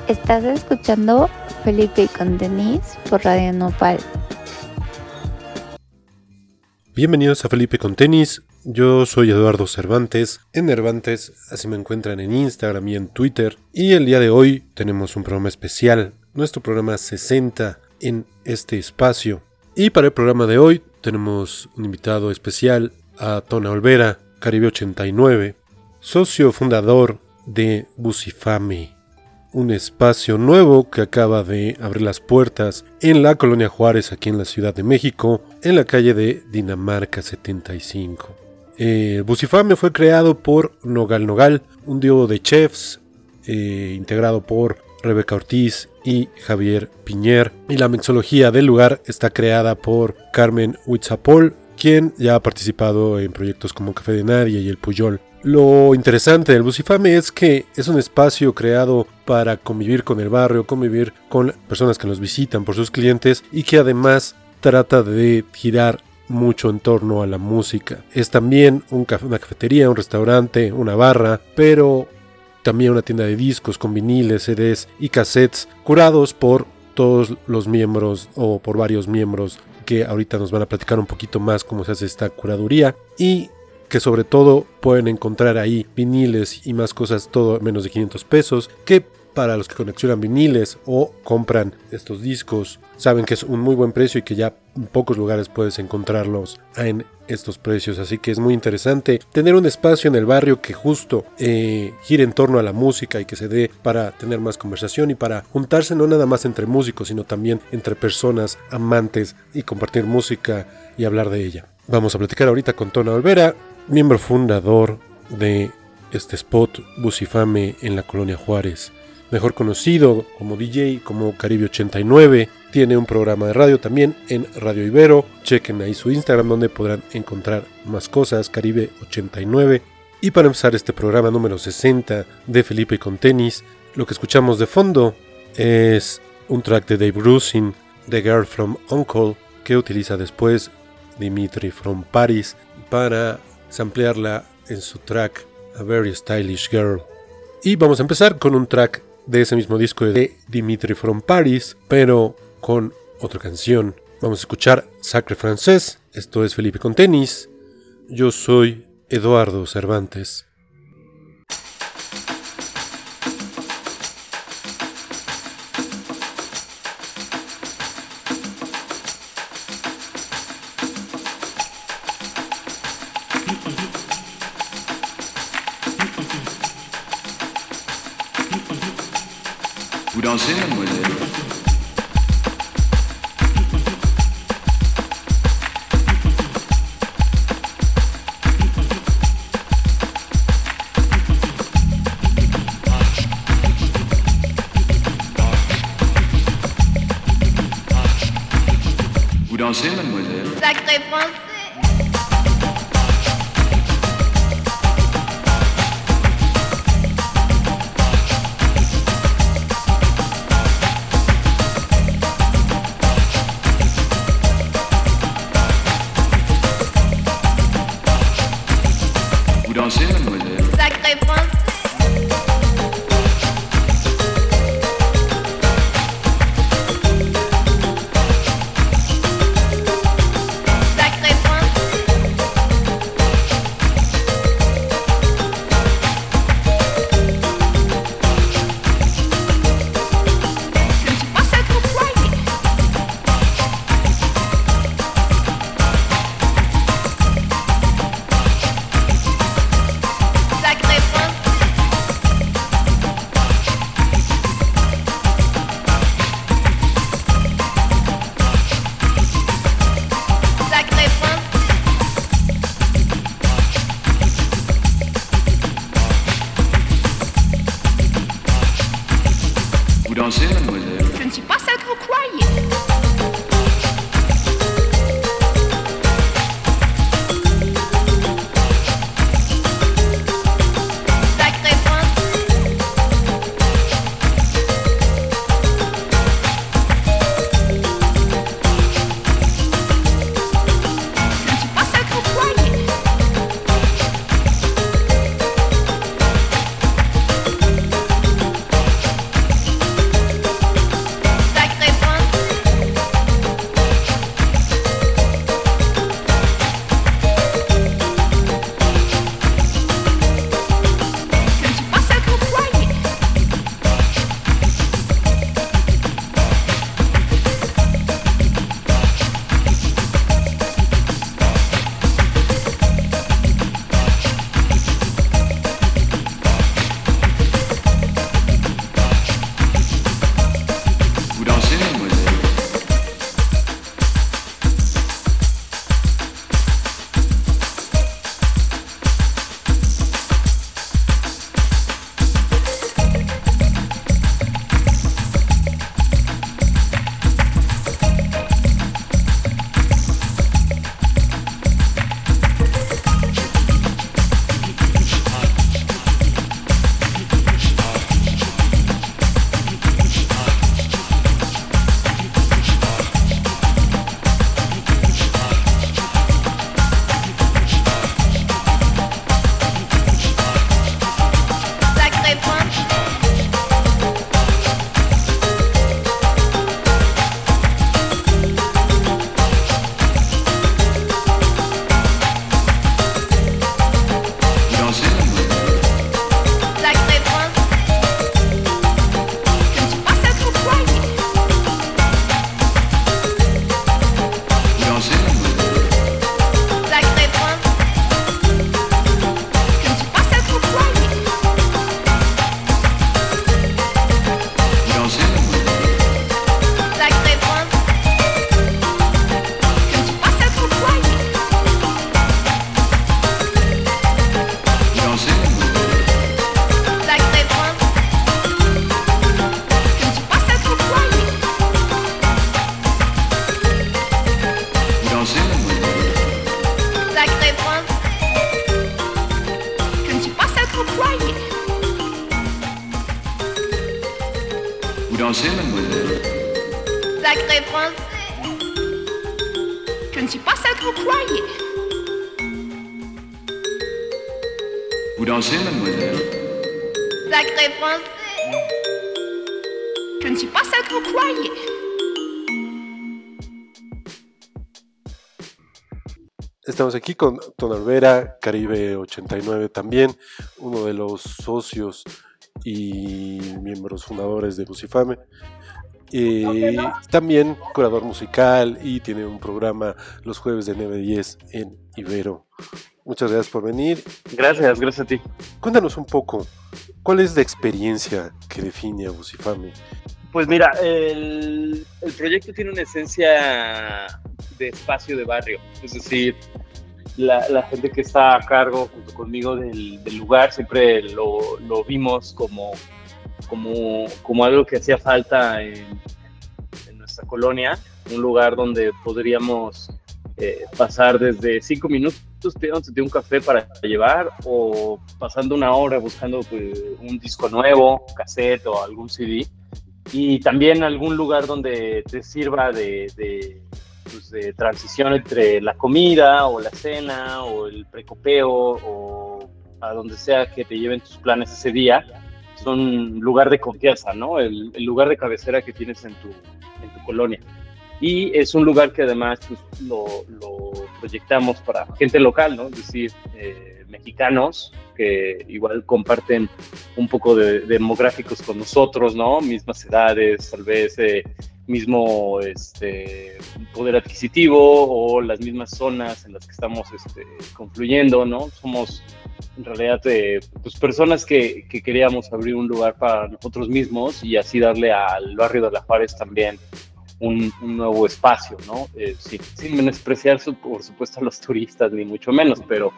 Estás escuchando Felipe con Denise por Radio Nopal. Bienvenidos a Felipe con Tenis. Yo soy Eduardo Cervantes, en Nervantes, así me encuentran en Instagram y en Twitter. Y el día de hoy tenemos un programa especial, nuestro programa 60 en este espacio. Y para el programa de hoy tenemos un invitado especial, a Tona Olvera, Caribe 89, socio fundador de Busifame, un espacio nuevo que acaba de abrir las puertas en la Colonia Juárez, aquí en la Ciudad de México, en la calle de Dinamarca 75. Busifame fue creado por Nogal Nogal, un dúo de chefs integrado por Rebeca Ortiz y Javier Piñer, y la mixología del lugar está creada por Carmen Huitzapol, quien ya ha participado en proyectos como Café de Nadie y El Puyol. Lo interesante del Busifame es que es un espacio creado para convivir con el barrio, convivir con personas que los visitan por sus clientes y que además trata de girar mucho en torno a la música. Es también una cafetería, un restaurante, una barra, pero también una tienda de discos con viniles, CDs y cassettes curados por todos los miembros o por varios miembros que ahorita nos van a platicar un poquito más cómo se hace esta curaduría, y que sobre todo pueden encontrar ahí viniles y más cosas, todo a menos de 500 pesos, que para los que coleccionan viniles o compran estos discos saben que es un muy buen precio y que ya en pocos lugares puedes encontrarlos en estos precios. Así que es muy interesante tener un espacio en el barrio que justo gire en torno a la música y que se dé para tener más conversación y para juntarse no nada más entre músicos, sino también entre personas amantes y compartir música y hablar de ella. Vamos a platicar ahorita con Tona Olvera, miembro fundador de este spot Busifame en la Colonia Juárez, mejor conocido como DJ, como Caribe 89. Tiene un programa de radio también en Radio Ibero. Chequen ahí su Instagram donde podrán encontrar más cosas, Caribe 89. Y para empezar este programa número 60 de Felipe con Tenis, lo que escuchamos de fondo es un track de Dave Grusin, The Girl from Uncle, que utiliza después Dimitri from Paris para samplearla en su track A Very Stylish Girl. Y vamos a empezar con un track de ese mismo disco de Dimitri from Paris, pero con otra canción. Vamos a escuchar Sacre Francés. Esto es Felipe con Tenis. Yo soy Eduardo Cervantes. Vous dansez, mademoiselle? Vous dansez, mademoiselle? Sacré français! Sacré français! Je ne suis pas celle que vous croyez. Vous dansez, mademoiselle? Sacré français. Je ne suis pas celle que vous croyez. Vous dansez, mademoiselle? Sacré français. Je ne suis pas celle que vous croyez. Estamos aquí con Ton Olvera, Caribe 89 también, uno de los socios y miembros fundadores de Musifame. También curador musical y tiene un programa los jueves de 9 a 10 en Ibero. Muchas gracias por venir. Gracias a ti. Cuéntanos un poco, ¿cuál es la experiencia que define a Musifame? Pues mira, el proyecto tiene una esencia de espacio de barrio, es decir, la gente que está a cargo junto conmigo del lugar siempre lo vimos como algo que hacía falta en nuestra colonia, un lugar donde podríamos pasar desde 5 minutos pidiéndote un café para llevar o pasando una hora buscando un disco nuevo, cassette o algún CD, y también algún lugar donde te sirva de transición entre la comida o la cena o el precopeo o a donde sea que te lleven tus planes ese día. Es un lugar de confianza, ¿no? El lugar de cabecera que tienes en tu colonia. Y es un lugar que además pues, lo proyectamos para gente local, ¿no? Es decir, mexicanos que igual comparten un poco de demográficos con nosotros, ¿no? Mismas edades, tal vez mismo poder adquisitivo o las mismas zonas en las que estamos confluyendo, ¿no? Somos en realidad pues personas que queríamos abrir un lugar para nosotros mismos y así darle al barrio de La Juárez también un nuevo espacio, ¿no? Sin menospreciar por supuesto a los turistas ni mucho menos, pero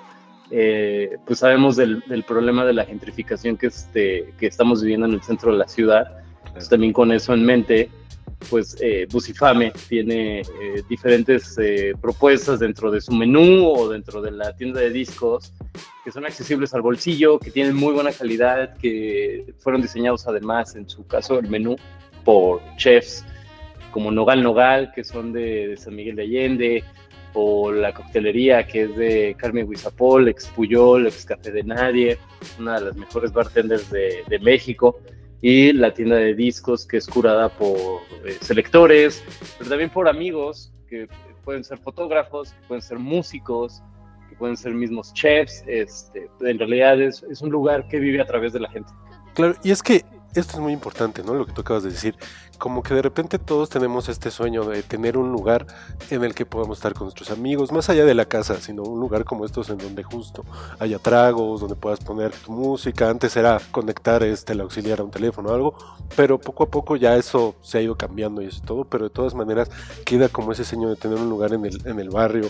pues sabemos del problema de la gentrificación que estamos viviendo en el centro de la ciudad. Pues también con eso en mente, pues Musifame tiene diferentes propuestas dentro de su menú o dentro de la tienda de discos que son accesibles al bolsillo, que tienen muy buena calidad, que fueron diseñados además, en su caso, el menú por chefs como Nogal, que son de San Miguel de Allende, o la coctelería, que es de Carmen Huizapol, ex Puyol, ex Café de Nadie, una de las mejores bartenders de México, y la tienda de discos, que es curada por selectores, pero también por amigos, que pueden ser fotógrafos, que pueden ser músicos, que pueden ser mismos chefs. En realidad es un lugar que vive a través de la gente. Claro, y es que esto es muy importante, ¿no? Lo que tú acabas de decir, como que de repente todos tenemos este sueño de tener un lugar en el que podamos estar con nuestros amigos, más allá de la casa, sino un lugar como estos en donde justo haya tragos, donde puedas poner tu música. Antes era conectar el auxiliar a un teléfono o algo, pero poco a poco ya eso se ha ido cambiando y eso todo, pero de todas maneras queda como ese sueño de tener un lugar en el barrio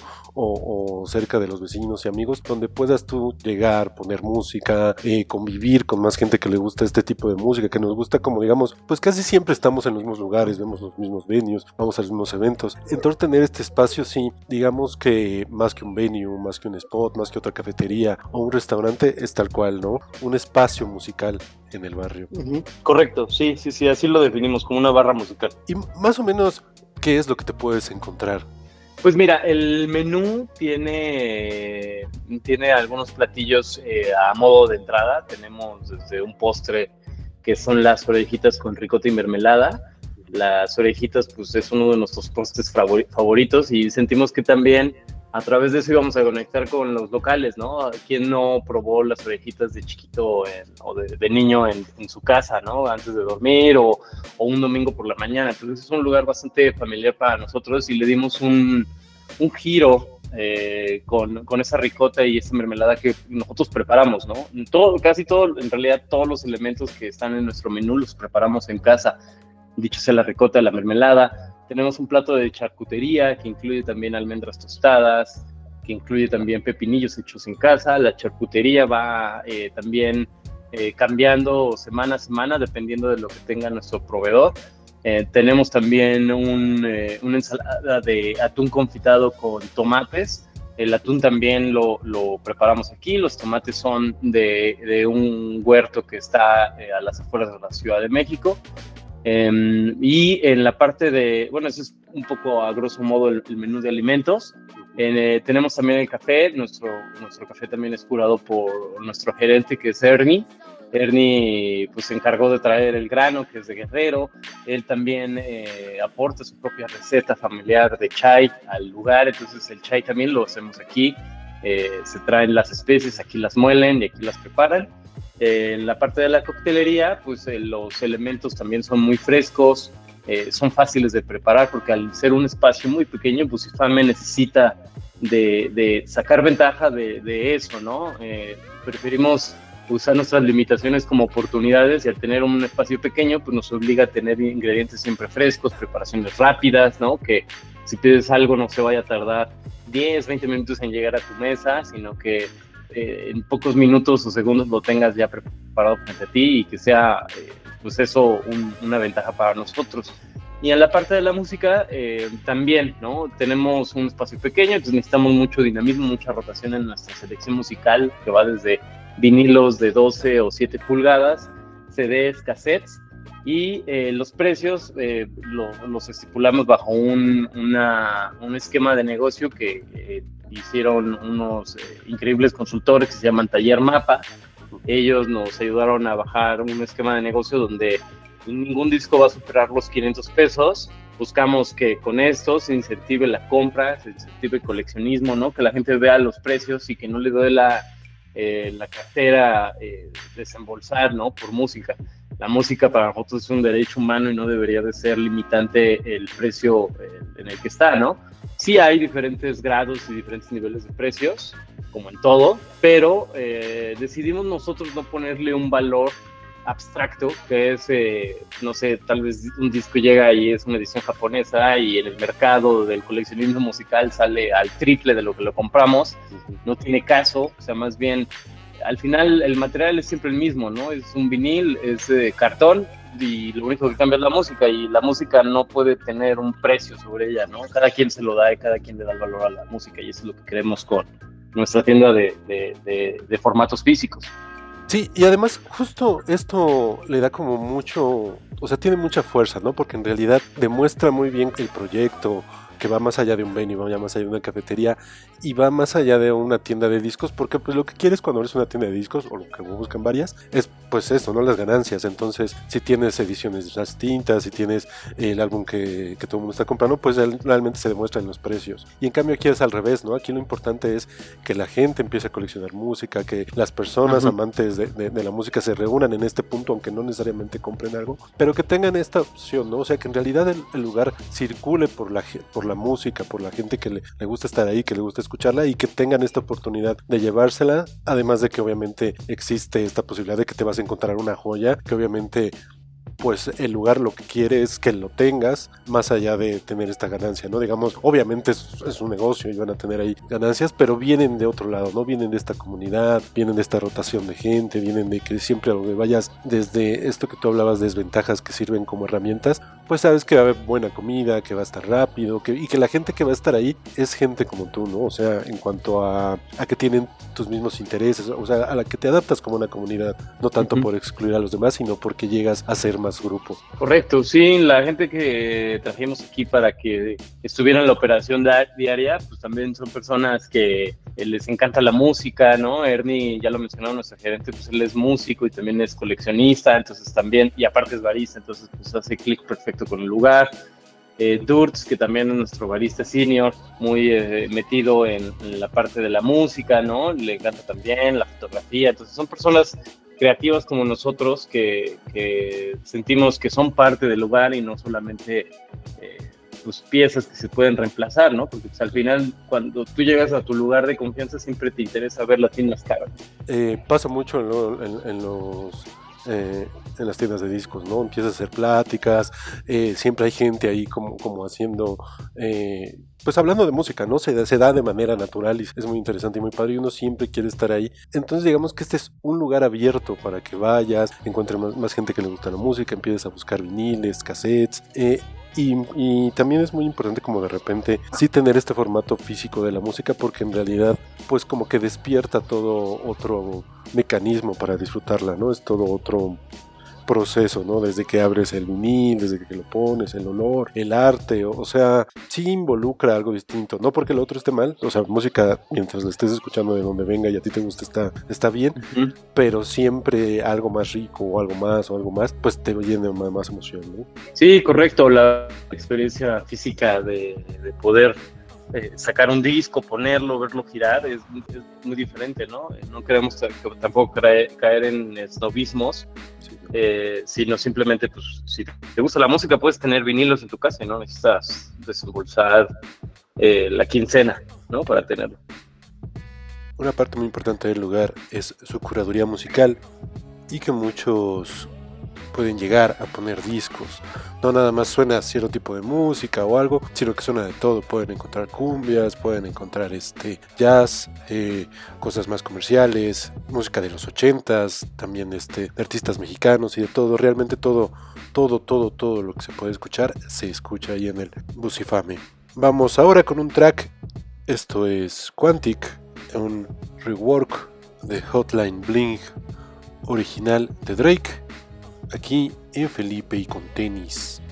o cerca de los vecinos y amigos, donde puedas tú llegar, poner música, convivir con más gente que le gusta este tipo de música, que nos gusta, como digamos, pues casi siempre estamos en los mismos lugares, vemos los mismos venues, vamos a los mismos eventos. Entonces tener este espacio, sí, digamos que más que un venue, más que un spot, más que otra cafetería o un restaurante, es tal cual, ¿no? Un espacio musical en el barrio. Uh-huh. Correcto, sí, así lo definimos, como una barra musical. Y más o menos, ¿qué es lo que te puedes encontrar? Pues mira, el menú tiene algunos platillos a modo de entrada. Tenemos desde un postre que son las orejitas con ricota y mermelada. Las orejitas pues es uno de nuestros postres favoritos y sentimos que también a través de eso íbamos a conectar con los locales, ¿no? ¿Quién no probó las orejitas de chiquito o de niño en su casa, ¿no? Antes de dormir o un domingo por la mañana. Entonces es un lugar bastante familiar para nosotros y le dimos un giro con esa ricota y esa mermelada que nosotros preparamos, ¿no? Casi todo, en realidad todos los elementos que están en nuestro menú los preparamos en casa. Dicho sea la ricota, la mermelada. Tenemos un plato de charcutería que incluye también almendras tostadas, que incluye también pepinillos hechos en casa. La charcutería va también cambiando semana a semana dependiendo de lo que tenga nuestro proveedor. Tenemos también una ensalada de atún confitado con tomates. El atún también lo preparamos aquí. Los tomates son de un huerto que está a las afueras de la Ciudad de México. Y en la parte de, bueno, eso es un poco a grosso modo el menú de alimentos. Tenemos también el café. Nuestro café también es curado por nuestro gerente, que es Ernie. Ernie pues se encargó de traer el grano, que es de Guerrero. Él también aporta su propia receta familiar de chai al lugar, entonces el chai también lo hacemos aquí. Se traen las especies, aquí las muelen y aquí las preparan. En la parte de la coctelería, pues los elementos también son muy frescos, son fáciles de preparar, porque al ser un espacio muy pequeño, pues IFAME necesita de sacar ventaja de eso, ¿no? Preferimos usar nuestras limitaciones como oportunidades, y al tener un espacio pequeño, pues nos obliga a tener ingredientes siempre frescos, preparaciones rápidas, ¿no? Que si pides algo no se vaya a tardar 10, 20 minutos en llegar a tu mesa, sino que en pocos minutos o segundos lo tengas ya preparado frente a ti, y que sea, pues eso, una ventaja para nosotros. Y en la parte de la música también, ¿no? Tenemos un espacio pequeño, entonces necesitamos mucho dinamismo, mucha rotación en nuestra selección musical, que va desde vinilos de 12 o 7 pulgadas, CDs, cassettes, y los precios los estipulamos bajo un esquema de negocio que hicieron unos increíbles consultores que se llaman Taller Mapa. Ellos nos ayudaron a bajar un esquema de negocio donde ningún disco va a superar los 500 pesos. Buscamos que con esto se incentive la compra, se incentive el coleccionismo, ¿no? Que la gente vea los precios y que no le dé la cartera desembolsar, ¿no? Por música. La música para nosotros es un derecho humano y no debería de ser limitante el precio en el que está, ¿no? Sí hay diferentes grados y diferentes niveles de precios, como en todo, pero decidimos nosotros no ponerle un valor abstracto, que es, no sé, tal vez un disco llega y es una edición japonesa y en el mercado del coleccionismo musical sale al triple de lo que lo compramos. No tiene caso, o sea, más bien, al final el material es siempre el mismo, ¿no? Es un vinil, es cartón, y lo único que cambia es la música, y la música no puede tener un precio sobre ella, ¿no? Cada quien se lo da y cada quien le da el valor a la música, y eso es lo que queremos con nuestra tienda de formatos físicos. Sí, y además justo esto le da como mucho, o sea, tiene mucha fuerza, ¿no? Porque en realidad demuestra muy bien el proyecto, que va más allá de un venue, va más allá de una cafetería y va más allá de una tienda de discos, porque pues lo que quieres cuando eres una tienda de discos, o lo que buscan varias, es pues eso, ¿no? Las ganancias. Entonces, si tienes ediciones distintas, si tienes el álbum que todo el mundo está comprando, pues realmente se demuestra en los precios. Y en cambio aquí es al revés, ¿no? Aquí lo importante es que la gente empiece a coleccionar música, que las personas amantes de la música se reúnan en este punto, aunque no necesariamente compren algo, pero que tengan esta opción, ¿no? O sea, que en realidad el lugar circule por la música, por la gente que le gusta estar ahí, que le gusta escucharla, y que tengan esta oportunidad de llevársela, además de que obviamente existe esta posibilidad de que te vas a encontrar una joya, que obviamente pues el lugar lo que quiere es que lo tengas, más allá de tener esta ganancia, ¿no? Digamos, obviamente es un negocio y van a tener ahí ganancias, pero vienen de otro lado, ¿no? Vienen de esta comunidad, vienen de esta rotación de gente, vienen de que siempre a donde vayas, desde esto que tú hablabas, desventajas que sirven como herramientas, pues sabes que va a haber buena comida, que va a estar rápido, y que la gente que va a estar ahí es gente como tú, ¿no? O sea, en cuanto a que tienen tus mismos intereses, o sea, a la que te adaptas como una comunidad, no tanto por excluir a los demás, sino porque llegas a ser más grupo. Correcto, sí, la gente que trajimos aquí para que estuviera en la operación diaria, pues también son personas que les encanta la música, ¿no? Ernie, ya lo mencionaba nuestro gerente, pues él es músico y también es coleccionista, entonces también, y aparte es barista, entonces pues hace clic perfecto con el lugar. Durtz, que también es nuestro barista senior, muy metido en la parte de la música, ¿no? Le encanta también la fotografía, entonces son personas creativas como nosotros que sentimos que son parte del lugar y no solamente pues, piezas que se pueden reemplazar, ¿no? Porque pues, al final, cuando tú llegas a tu lugar de confianza, siempre te interesa ver las tiendas caras. Pasa mucho en las tiendas de discos, ¿no? Empiezas a hacer pláticas, siempre hay gente ahí como haciendo, pues hablando de música, ¿no? Se da de manera natural y es muy interesante y muy padre y uno siempre quiere estar ahí. Entonces digamos que este es un lugar abierto para que vayas, encuentres más gente que le gusta la música, empieces a buscar viniles, cassettes, y también es muy importante como de repente sí tener este formato físico de la música, porque en realidad pues como que despierta todo otro mecanismo para disfrutarla, ¿no? Es todo otro proceso, ¿no? Desde que abres el vinil, desde que lo pones, el olor, el arte, o sea, sí involucra algo distinto, no porque el otro esté mal, o sea, música mientras la estés escuchando de donde venga y a ti te gusta está bien, pero siempre algo más rico o algo más, pues te llena más emoción, ¿no? Sí, correcto, la experiencia física de poder sacar un disco, ponerlo, verlo girar, es muy diferente, ¿no? No queremos tampoco caer en snobismos, sino simplemente, pues, si te gusta la música, puedes tener vinilos en tu casa y no necesitas desembolsar la quincena, ¿no? Para tenerlo. Una parte muy importante del lugar es su curaduría musical y que muchos pueden llegar a poner discos. No nada más suena cierto tipo de música o algo, sino que suena de todo. Pueden encontrar cumbias, pueden encontrar jazz, cosas más comerciales, música de los 80s, también de artistas mexicanos y de todo. Realmente todo lo que se puede escuchar se escucha ahí en el Busifame. Vamos ahora con un track. Esto es Quantic, un rework de Hotline Bling original de Drake, aquí en Felipe y con Tenis.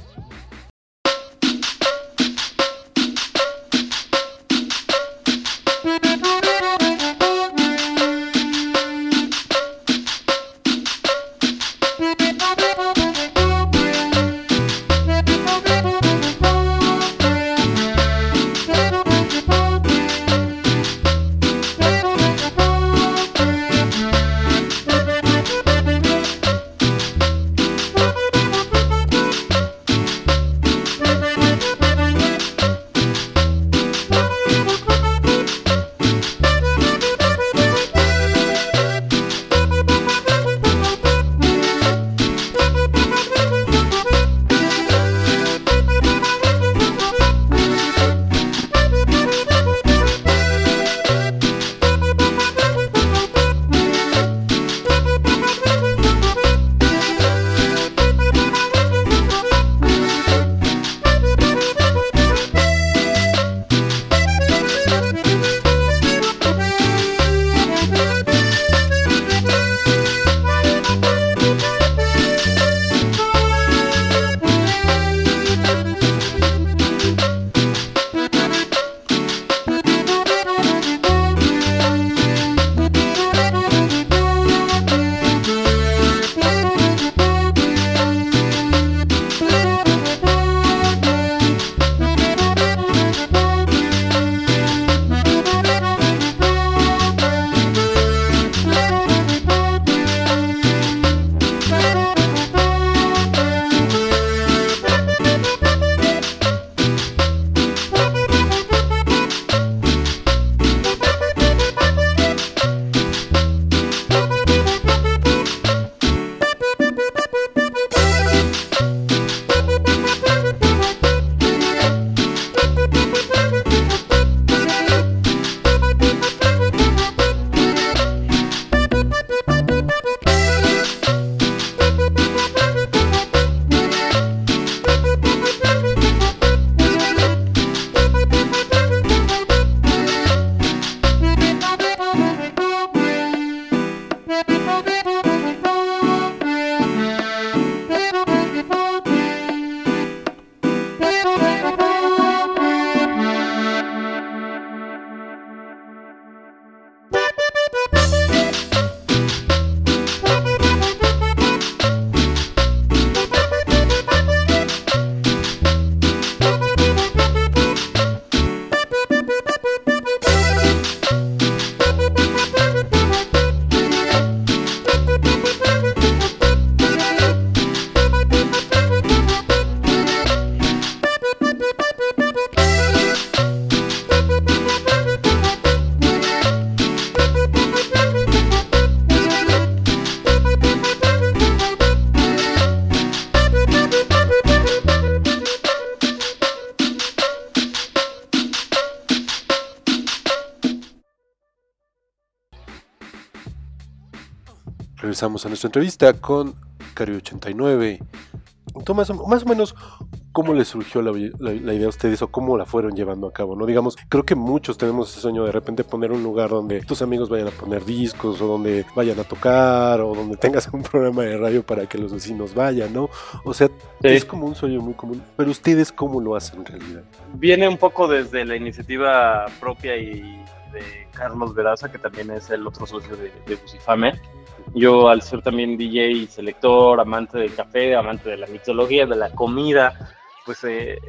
Regresamos a nuestra entrevista con Cari89. Más o menos ¿Cómo les surgió la idea a ustedes o cómo la fueron llevando a cabo? ¿No? Digamos, creo que muchos tenemos ese sueño de repente poner un lugar donde tus amigos vayan a poner discos o donde vayan a tocar o donde tengas un programa de radio para que los vecinos vayan, ¿no? O sea, es como un sueño muy común. Pero ustedes, ¿cómo lo hacen en realidad? Viene un poco desde la iniciativa propia y de Carlos Veraza, que también es el otro socio de Musifame. Yo, al ser también DJ, selector, amante del café, amante de la mixología, de la comida, pues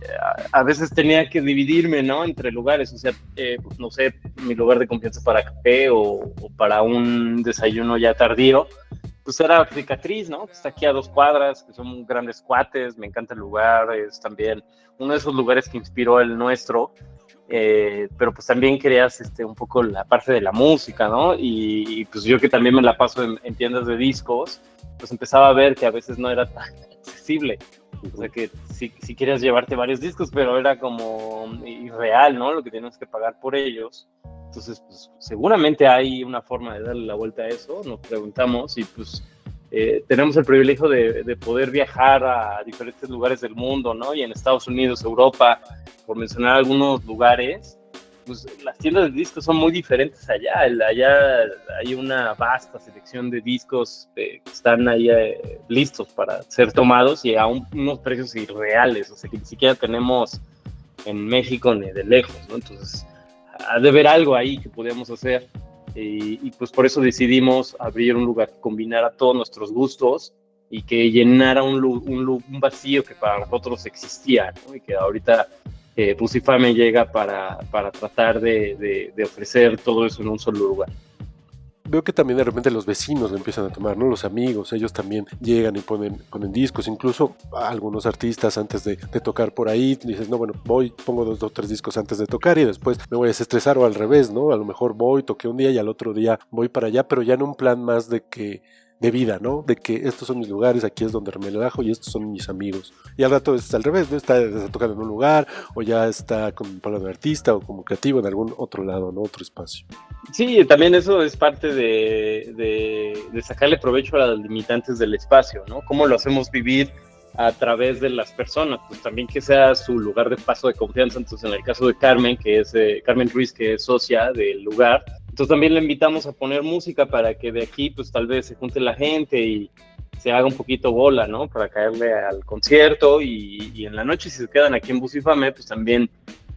a veces tenía que dividirme, ¿no? Entre lugares, o sea, no sé, mi lugar de confianza para café o para un desayuno ya tardío, pues era Fricatriz, ¿no? Que está aquí a 2 cuadras, que son grandes cuates, me encanta el lugar, es también uno de esos lugares que inspiró el nuestro, pero pues también querías un poco la parte de la música, ¿no? Y pues yo que también me la paso en tiendas de discos, pues empezaba a ver que a veces no era tan accesible. O sea que sí querías llevarte varios discos, pero era como irreal, ¿no? Lo que tienes que pagar por ellos. Entonces, pues seguramente hay una forma de darle la vuelta a eso, nos preguntamos, y pues tenemos el privilegio de poder viajar a diferentes lugares del mundo, ¿no? Y en Estados Unidos, Europa, por mencionar algunos lugares, pues las tiendas de discos son muy diferentes allá. Allá hay una vasta selección de discos que están ahí listos para ser tomados y a unos precios irreales, o sea que ni siquiera tenemos en México ni de lejos, ¿no? Entonces, ha de haber algo ahí que podíamos hacer y pues por eso decidimos abrir un lugar que combinara todos nuestros gustos y que llenara un vacío que para nosotros existía, ¿no? Y que ahorita Musifame llega para tratar de ofrecer todo eso en un solo lugar. Veo que también de repente los vecinos lo empiezan a tomar, ¿no? Los amigos, ellos también llegan y ponen discos, incluso algunos artistas antes de tocar por ahí, dices, no, bueno, pongo 2 o 3 discos antes de tocar y después me voy a desestresar, o al revés, ¿no? A lo mejor toqué un día y al otro día voy para allá, pero ya en un plan más de vida, ¿no? De que estos son mis lugares, aquí es donde me relajo y estos son mis amigos. Y al rato es al revés, ¿no? Está tocando en un lugar o ya está como para un artista o como creativo en algún otro lado, ¿no? Otro espacio. Sí, también eso es parte de sacarle provecho a las limitantes del espacio, ¿no? Cómo lo hacemos vivir a través de las personas, pues también que sea su lugar de paso de confianza. Entonces, en el caso de Carmen, que es Carmen Ruiz, que es socia del lugar, entonces también le invitamos a poner música para que de aquí, pues tal vez se junte la gente y se haga un poquito bola, ¿no? Para caerle al concierto y en la noche, si se quedan aquí en Musifame, pues también,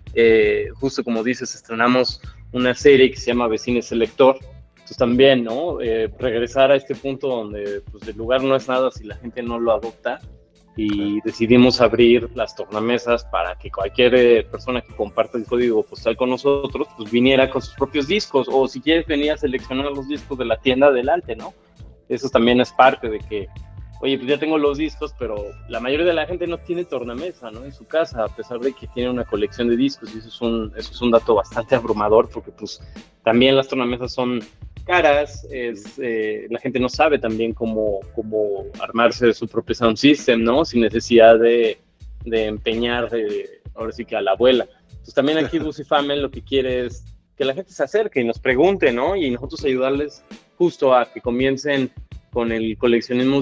justo como dices, estrenamos una serie que se llama Vecines Selector. Entonces también, ¿no? Regresar a este punto donde pues el lugar no es nada si la gente no lo adopta. Y decidimos abrir las tornamesas para que cualquier persona que comparta el código postal con nosotros, pues viniera con sus propios discos, o si quieres venir a seleccionar los discos de la tienda adelante, ¿no? Eso también es parte de que, oye, pues ya tengo los discos, pero la mayoría de la gente no tiene tornamesa, ¿no? En su casa, a pesar de que tiene una colección de discos, y eso es un dato bastante abrumador, porque pues también las tornamesas son caras, la gente no sabe también cómo armarse su propio sound system, ¿no? Sin necesidad de empeñar, ahora sí que a la abuela. Entonces también aquí Musifame lo que quiere es que la gente se acerque y nos pregunte, ¿no? Y nosotros ayudarles justo a que comiencen con el coleccionismo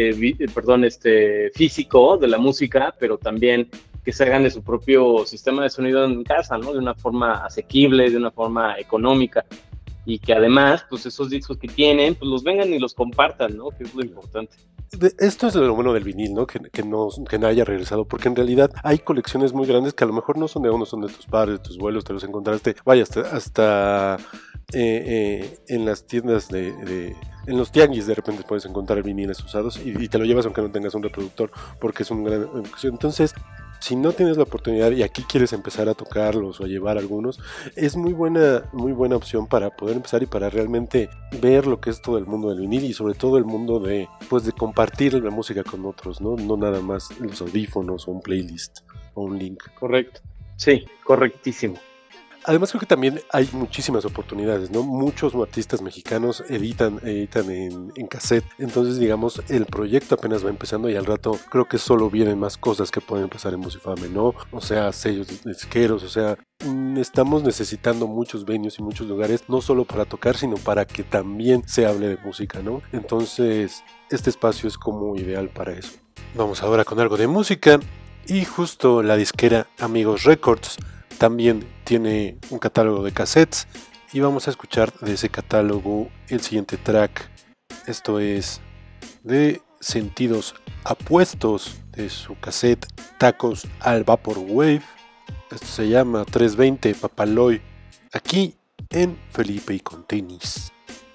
físico de la música, pero también que se hagan de su propio sistema de sonido en casa, ¿no? De una forma asequible, de una forma económica. Y que además, pues esos discos que tienen, pues los vengan y los compartan, ¿no? Que es lo importante. Esto es lo bueno del vinil, ¿no? Que no haya regresado, porque en realidad hay colecciones muy grandes que a lo mejor no son de uno, son de tus padres, de tus abuelos, te los encontraste, vaya, hasta en las tiendas en los tianguis de repente puedes encontrar viniles usados y te lo llevas aunque no tengas un reproductor, porque es una gran ocasión. Entonces, si no tienes la oportunidad y aquí quieres empezar a tocarlos o a llevar algunos, es muy buena opción para poder empezar y para realmente ver lo que es todo el mundo del vinil y sobre todo el mundo de compartir la música con otros, ¿no? No nada más los audífonos o un playlist o un link. Correcto. Sí, correctísimo. Además creo que también hay muchísimas oportunidades, ¿no? Muchos artistas mexicanos editan en cassette, entonces digamos el proyecto apenas va empezando y al rato creo que solo vienen más cosas que pueden pasar en Musifame, ¿no? O sea, sellos disqueros, o sea, estamos necesitando muchos venues y muchos lugares, no solo para tocar, sino para que también se hable de música, ¿no? Entonces este espacio es como ideal para eso. Vamos ahora con algo de música. Y justo la disquera Amigos Records también tiene un catálogo de cassettes y vamos a escuchar de ese catálogo el siguiente track. Esto es de Sentidos Apuestos, de su cassette Tacos al Vaporwave. Esto se llama 320 Papaloy, aquí en Felipe y con Tenis.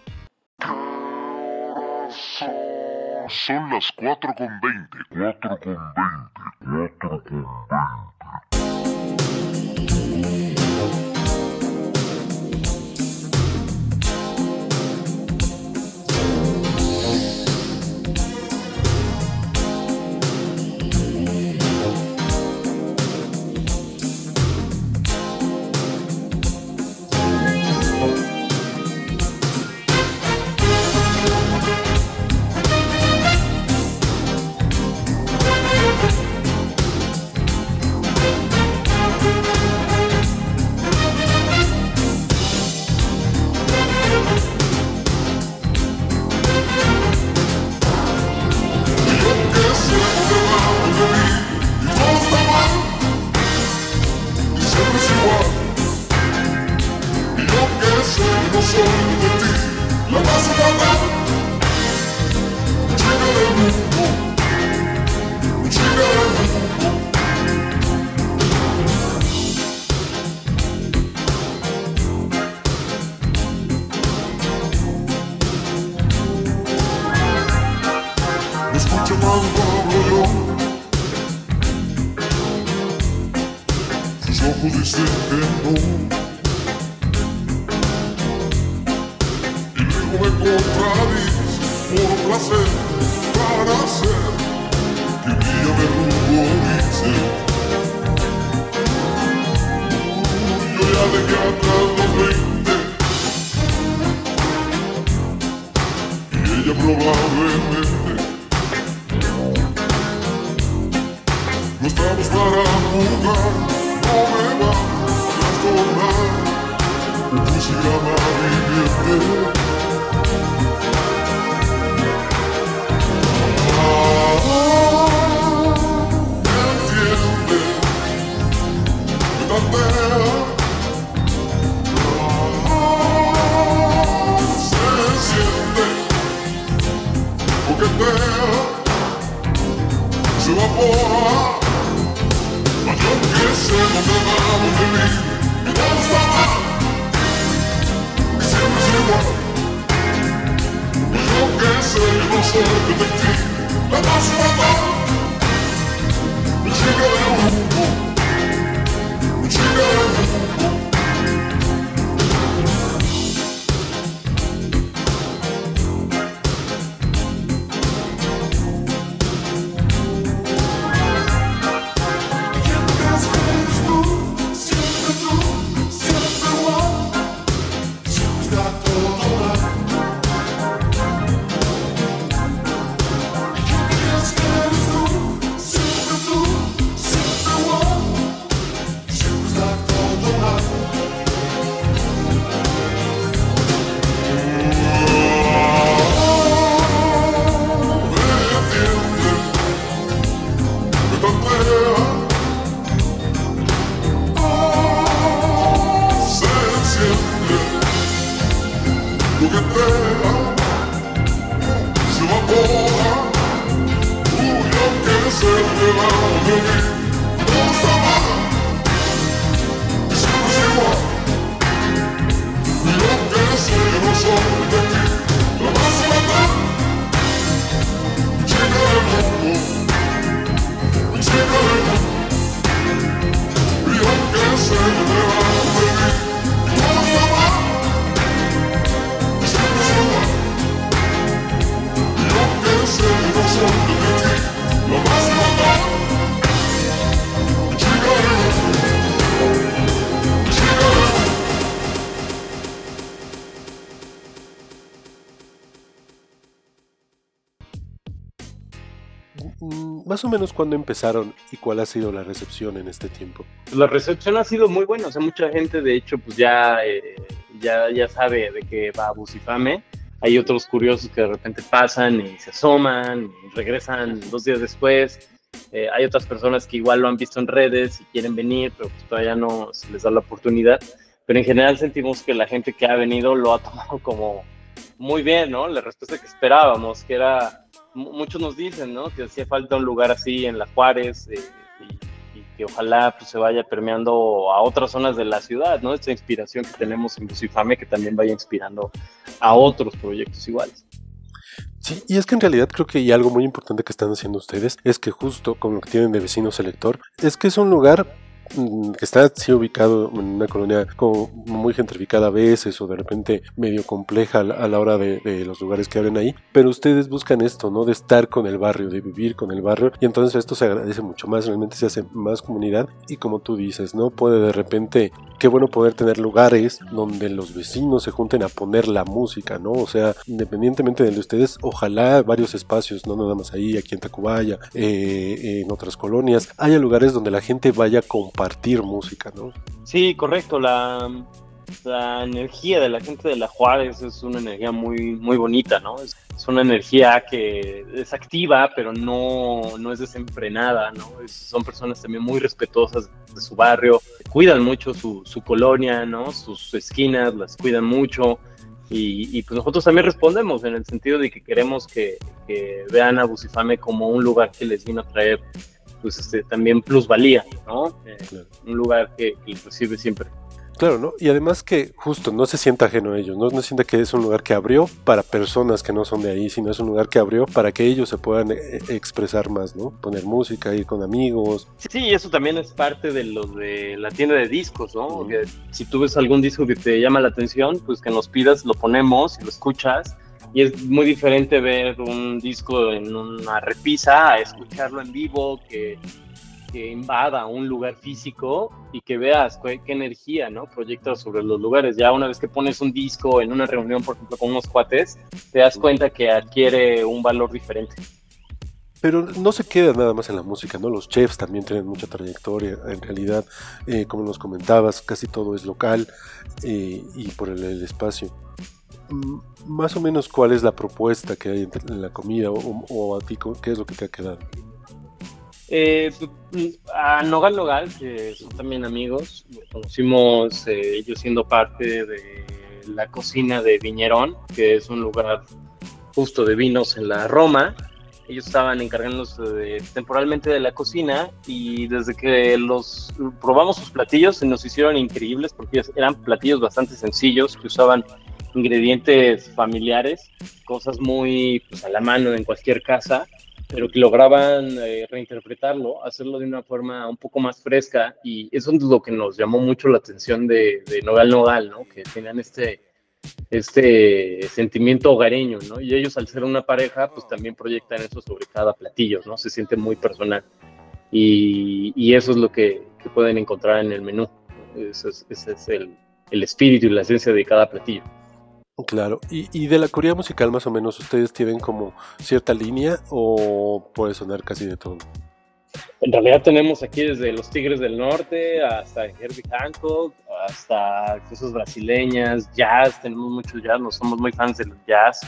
Son las 4:20. Más o menos cuándo empezaron y cuál ha sido la recepción en este tiempo. La recepción ha sido muy buena, o sea, mucha gente de hecho pues ya sabe de qué va Busifame. Hay otros curiosos que de repente pasan y se asoman y regresan 2 días después Hay otras personas que igual lo han visto en redes y quieren venir, pero pues todavía no se les da la oportunidad. Pero en general sentimos que la gente que ha venido lo ha tomado como muy bien, ¿no? La respuesta que esperábamos, que era, muchos nos dicen, ¿no? Que hacía falta un lugar así en La Juárez, y que ojalá pues, se vaya permeando a otras zonas de la ciudad, ¿no? Esta inspiración que tenemos en Bucifame, que también vaya inspirando a otros proyectos iguales. Sí, y es que en realidad creo que y algo muy importante que están haciendo ustedes es que justo con lo que tienen de vecino selector, es que es un lugar que está sí ubicado en una colonia como muy gentrificada a veces o de repente medio compleja a la hora de los lugares que abren ahí, pero ustedes buscan esto, ¿no? De estar con el barrio, de vivir con el barrio, y entonces esto se agradece mucho más, realmente se hace más comunidad y como tú dices, ¿no? Puede de repente, qué bueno poder tener lugares donde los vecinos se junten a poner la música, ¿no? O sea, independientemente de ustedes, ojalá varios espacios, no nada más ahí, aquí en Tacubaya, en otras colonias, haya lugares donde la gente vaya a compartir música, ¿no? Sí, correcto. La energía de la gente de La Juárez es una energía muy, muy bonita, ¿no? Es una energía que es activa, pero no es desenfrenada, ¿no? Son personas también muy respetuosas de su barrio, cuidan mucho su colonia, ¿no? Sus esquinas las cuidan mucho. Y pues nosotros también respondemos en el sentido de que queremos que vean a Bucifame como un lugar que les vino a traer pues también plusvalía, ¿no? Claro. Un lugar que les recibe siempre. Claro, ¿no? Y además que justo no se sienta ajeno a ellos, no sienta que es un lugar que abrió para personas que no son de ahí, sino es un lugar que abrió para que ellos se puedan expresar más, ¿no? Poner música, ir con amigos. Sí, eso también es parte de lo de la tienda de discos, ¿no? Porque si tú ves algún disco que te llama la atención, pues que nos pidas, lo ponemos y lo escuchas. Y es muy diferente ver un disco en una repisa a escucharlo en vivo, que invada un lugar físico y que veas qué energía, ¿no? Proyecta sobre los lugares. Ya una vez que pones un disco en una reunión, por ejemplo, con unos cuates, te das cuenta que adquiere un valor diferente. Pero no se queda nada más en la música, ¿no? Los chefs también tienen mucha trayectoria, en realidad, como nos comentabas, casi todo es local y por el espacio. Más o menos, ¿cuál es la propuesta que hay en la comida o a ti, qué es lo que te ha quedado? A Nogal, que son también amigos, conocimos ellos siendo parte de la cocina de Viñerón, que es un lugar justo de vinos en la Roma. Ellos estaban encargándose temporalmente de la cocina y desde que los probamos sus platillos se nos hicieron increíbles porque eran platillos bastante sencillos que usaban ingredientes familiares, cosas muy pues, a la mano en cualquier casa, pero que lograban reinterpretarlo, hacerlo de una forma un poco más fresca, y eso es lo que nos llamó mucho la atención de Nogal, ¿no? Que tenían este sentimiento hogareño, ¿no? Y ellos al ser una pareja, pues también proyectan eso sobre cada platillo, ¿no? Se siente muy personal, y eso es lo que pueden encontrar en el menú. Ese es el espíritu y la esencia de cada platillo. Claro, y de la corrida musical más o menos, ¿ustedes tienen como cierta línea o puede sonar casi de todo? En realidad tenemos aquí desde los Tigres del Norte hasta Herbie Hancock, hasta cosas brasileñas, jazz, tenemos mucho jazz, no somos muy fans del jazz,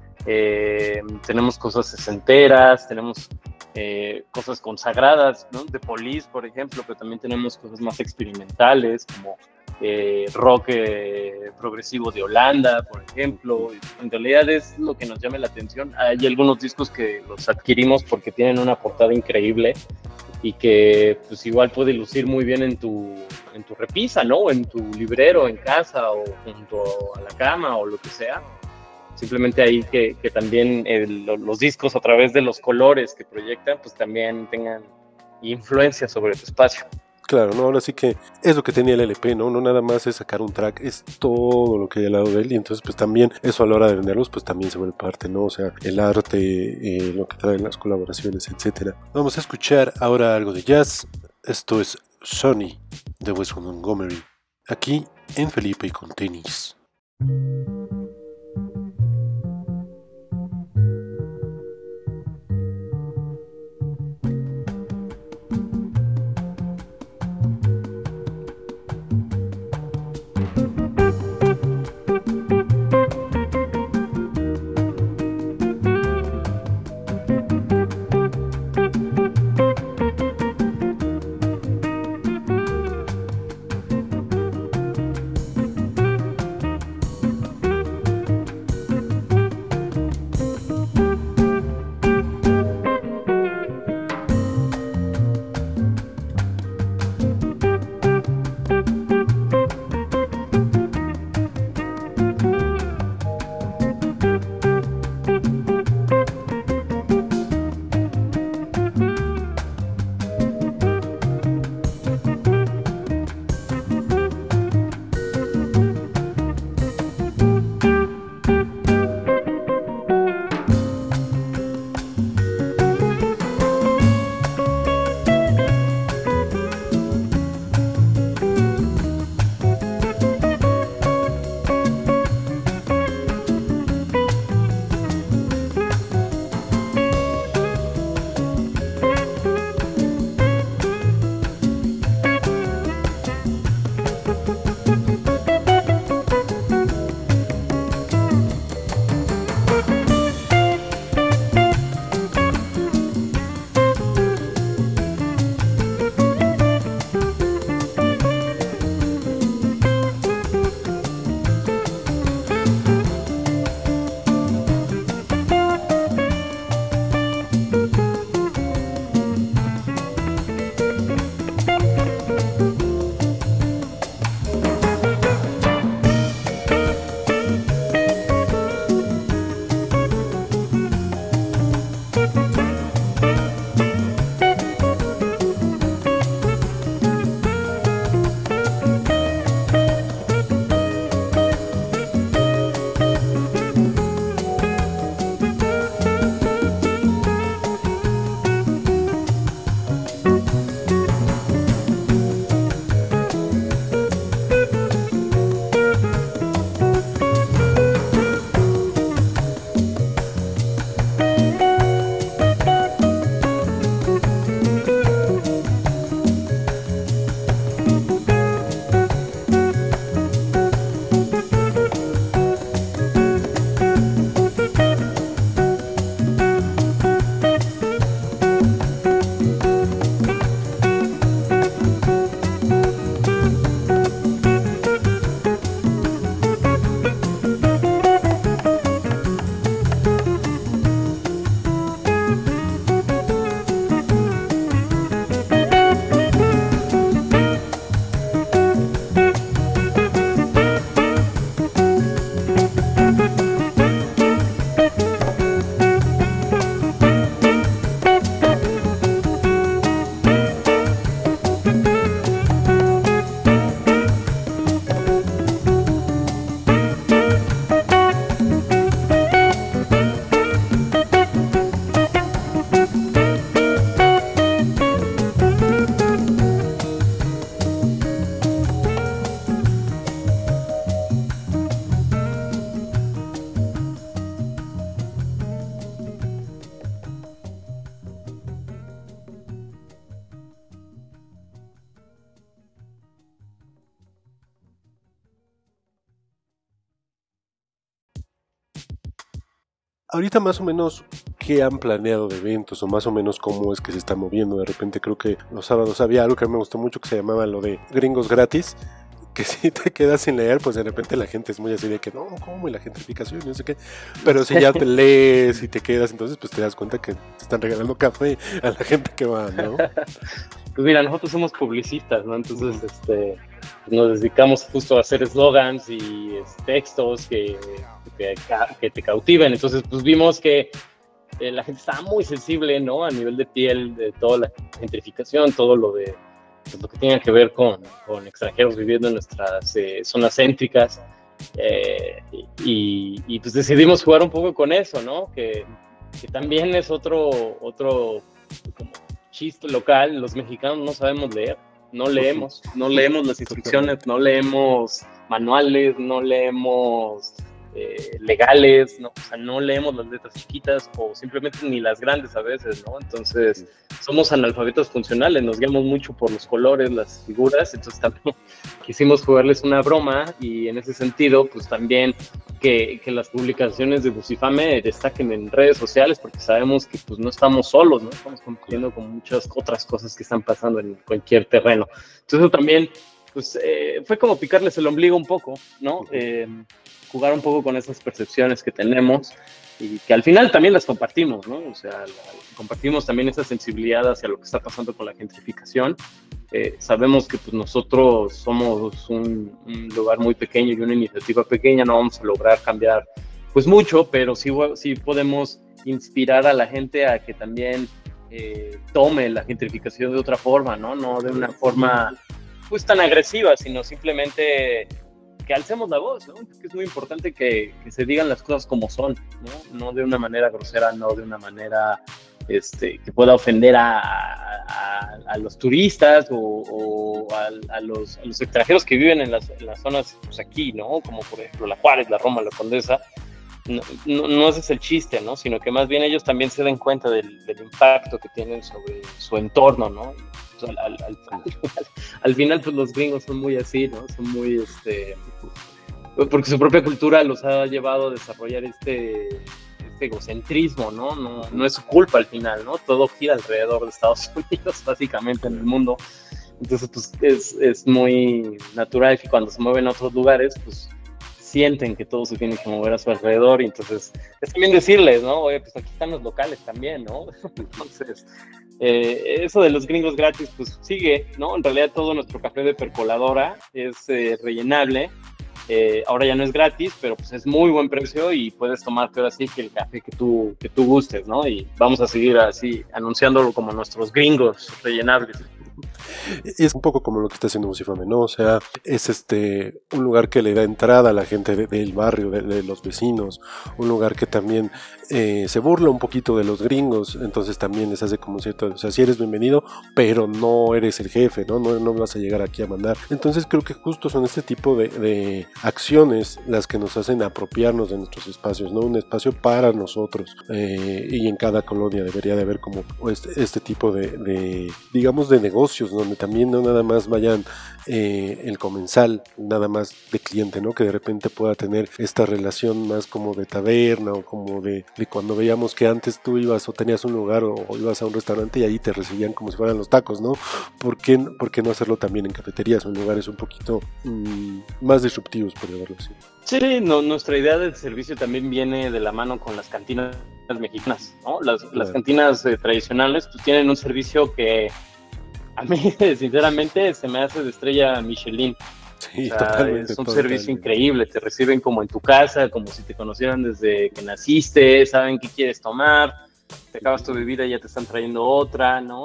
tenemos cosas sesenteras, tenemos cosas consagradas, ¿no? De Police, por ejemplo, pero también tenemos cosas más experimentales como rock progresivo de Holanda, por ejemplo. En realidad es lo que nos llama la atención. Hay algunos discos que los adquirimos porque tienen una portada increíble y que pues igual puede lucir muy bien en tu repisa, ¿no? En tu librero, en casa o junto a la cama o lo que sea. Simplemente ahí que también los discos a través de los colores que proyectan pues también tengan influencia sobre tu espacio. Claro, no, ahora sí que es lo que tenía el LP, ¿no? No nada más es sacar un track, es todo lo que hay al lado de él, y entonces pues también eso a la hora de venderlos pues también se vuelve parte, ¿no? O sea, el arte, lo que traen las colaboraciones, etcétera. Vamos a escuchar ahora algo de jazz. Esto es Sonny de Wes Montgomery, aquí en Felipe y con Tenis. Ahorita más o menos, ¿qué han planeado de eventos o más o menos cómo es que se está moviendo? De repente creo que los sábados había algo que a mí me gustó mucho que se llamaba lo de gringos gratis, que si te quedas sin leer, pues de repente la gente es muy así de que no, ¿cómo? Y la gentrificación, no sé qué. Pero si ya te lees y te quedas, entonces pues te das cuenta que te están regalando café a la gente que va, ¿no? Pues mira, nosotros somos publicistas, ¿no? Entonces, nos dedicamos justo a hacer eslogans y textos que te cautiven. Entonces, pues vimos que la gente estaba muy sensible, ¿no? A nivel de piel, de toda la gentrificación, todo lo de pues, lo que tenga que ver con extranjeros viviendo en nuestras zonas céntricas. Y pues decidimos jugar un poco con eso, ¿no? Que también es otro como chiste local. Los mexicanos no sabemos leer, no leemos las instrucciones, no leemos manuales, no leemos legales, ¿no? O sea, no leemos las letras chiquitas o simplemente ni las grandes a veces, ¿no? Entonces, somos analfabetos funcionales, nos guiamos mucho por los colores, las figuras, entonces también quisimos jugarles una broma y en ese sentido, pues también que las publicaciones de Bucifame destaquen en redes sociales porque sabemos que pues no estamos solos, ¿no? Estamos compitiendo con muchas otras cosas que están pasando en cualquier terreno. Entonces también, pues fue como picarles el ombligo un poco, ¿no? Jugar un poco con esas percepciones que tenemos y que al final también las compartimos, ¿no? O sea, compartimos también esa sensibilidad hacia lo que está pasando con la gentrificación. Sabemos que pues, nosotros somos un lugar muy pequeño y una iniciativa pequeña, no vamos a lograr cambiar pues mucho, pero sí podemos inspirar a la gente a que también tome la gentrificación de otra forma, ¿no? No de una forma pues tan agresiva, sino simplemente que alcemos la voz, ¿no? Porque es muy importante que se digan las cosas como son, ¿no? No de una manera grosera, no de una manera que pueda ofender a los turistas o a los extranjeros que viven en las zonas pues aquí, ¿no? Como por ejemplo La Juárez, La Roma, La Condesa. No ese es el chiste, ¿no? Sino que más bien ellos también se den cuenta del impacto que tienen sobre su entorno, ¿no? Pues al final, pues los gringos son muy así, ¿no? Son muy, porque su propia cultura los ha llevado a desarrollar este egocentrismo, ¿no? No es su culpa al final, ¿no? Todo gira alrededor de Estados Unidos, básicamente, en el mundo. Entonces, pues es muy natural que cuando se mueven a otros lugares, pues sienten que todo se tiene que mover a su alrededor y entonces es también decirles, ¿no? Oye, pues aquí están los locales también, ¿no? Entonces, eso de los gringos gratis, pues sigue, ¿no? En realidad todo nuestro café de percoladora es rellenable. Ahora ya no es gratis, pero pues es muy buen precio y puedes tomarte ahora sí que el café que tú gustes, ¿no? Y vamos a seguir así anunciándolo como nuestros gringos rellenables. Y es un poco como lo que está haciendo Bucifame, ¿no? O sea, es un lugar que le da entrada a la gente del barrio, de los vecinos, un lugar que también se burla un poquito de los gringos, entonces también les hace como cierto, o sea, sí eres bienvenido, pero no eres el jefe, ¿no? No vas a llegar aquí a mandar. Entonces creo que justo son este tipo de acciones las que nos hacen apropiarnos de nuestros espacios, ¿no? Un espacio para nosotros, y en cada colonia debería de haber como este tipo de digamos, de negocios, donde también no nada más vayan el comensal, nada más de cliente, ¿no? Que de repente pueda tener esta relación más como de taberna o como de cuando veíamos que antes tú ibas o tenías un lugar o ibas a un restaurante y ahí te recibían como si fueran los tacos, ¿no? ¿Por qué no hacerlo también en cafeterías o en lugares un poquito más disruptivos, por llamarlo así? Sí, nuestra idea del servicio también viene de la mano con las cantinas mexicanas, ¿no? Las cantinas tradicionales pues tienen un servicio que a mí, sinceramente, se me hace de estrella Michelin. Sí, o sea, totalmente. Es un servicio increíble. Te reciben como en tu casa, como si te conocieran desde que naciste, saben qué quieres tomar, te acabas tu bebida y ya te están trayendo otra, ¿no?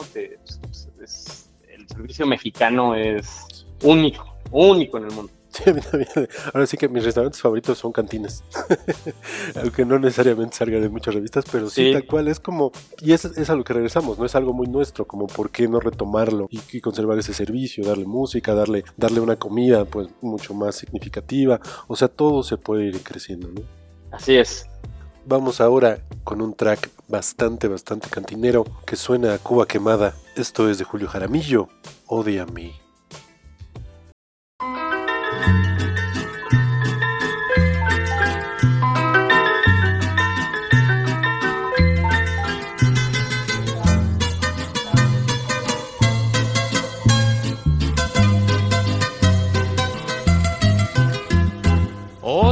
El servicio mexicano es único en el mundo. Sí, ahora sí que mis restaurantes favoritos son cantinas. Aunque no necesariamente salga de muchas revistas, pero sí, tal cual es como, y es a lo que regresamos, no es algo muy nuestro, como por qué no retomarlo y conservar ese servicio, darle música, darle una comida pues mucho más significativa, o sea, todo se puede ir creciendo, ¿no? Así es. Vamos ahora con un track bastante cantinero que suena a Cuba quemada. Esto es de Julio Jaramillo, Ódiame.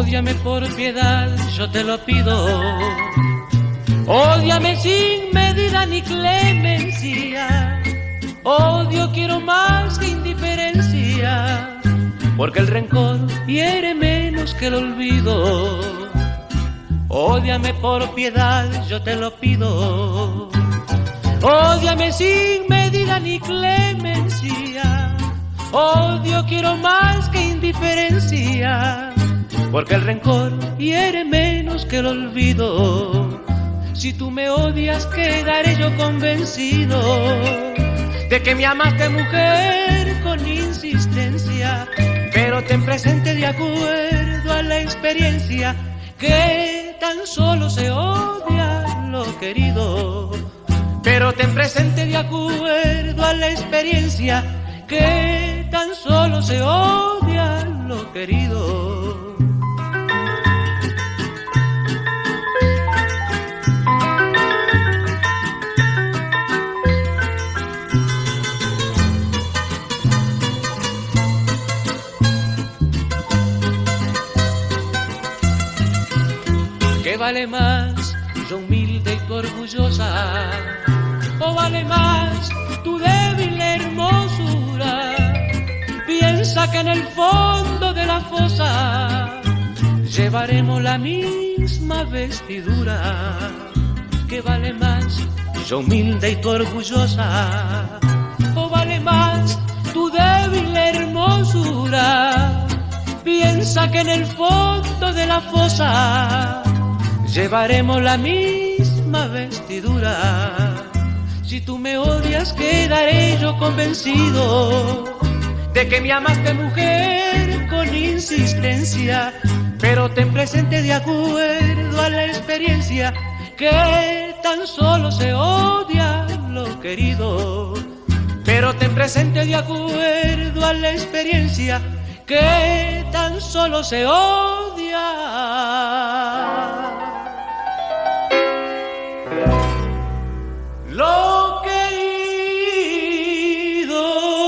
Ódiame por piedad, yo te lo pido. Ódiame sin medida ni clemencia. Odio quiero más que indiferencia, porque el rencor hiere menos que el olvido. Ódiame por piedad, yo te lo pido. Ódiame sin medida ni clemencia. Odio quiero más que indiferencia, porque el rencor hiere menos que el olvido. Si tú me odias, quedaré yo convencido de que me amaste, mujer, con insistencia. Pero ten presente, de acuerdo a la experiencia, que tan solo se odia lo querido. Pero ten presente, de acuerdo a la experiencia, que tan solo se odia lo querido. ¿Qué vale más, yo humilde y tú orgullosa? ¿O vale más tu débil hermosura? Piensa que en el fondo de la fosa llevaremos la misma vestidura. ¿Qué vale más, yo humilde y tú orgullosa? ¿O vale más tu débil hermosura? Piensa que en el fondo de la fosa llevaremos la misma vestidura. Si tú me odias, quedaré yo convencido de que me amaste, mujer, con insistencia. Pero ten presente, de acuerdo a la experiencia, que tan solo se odia lo querido. Pero ten presente, de acuerdo a la experiencia, que tan solo se odia lo querido.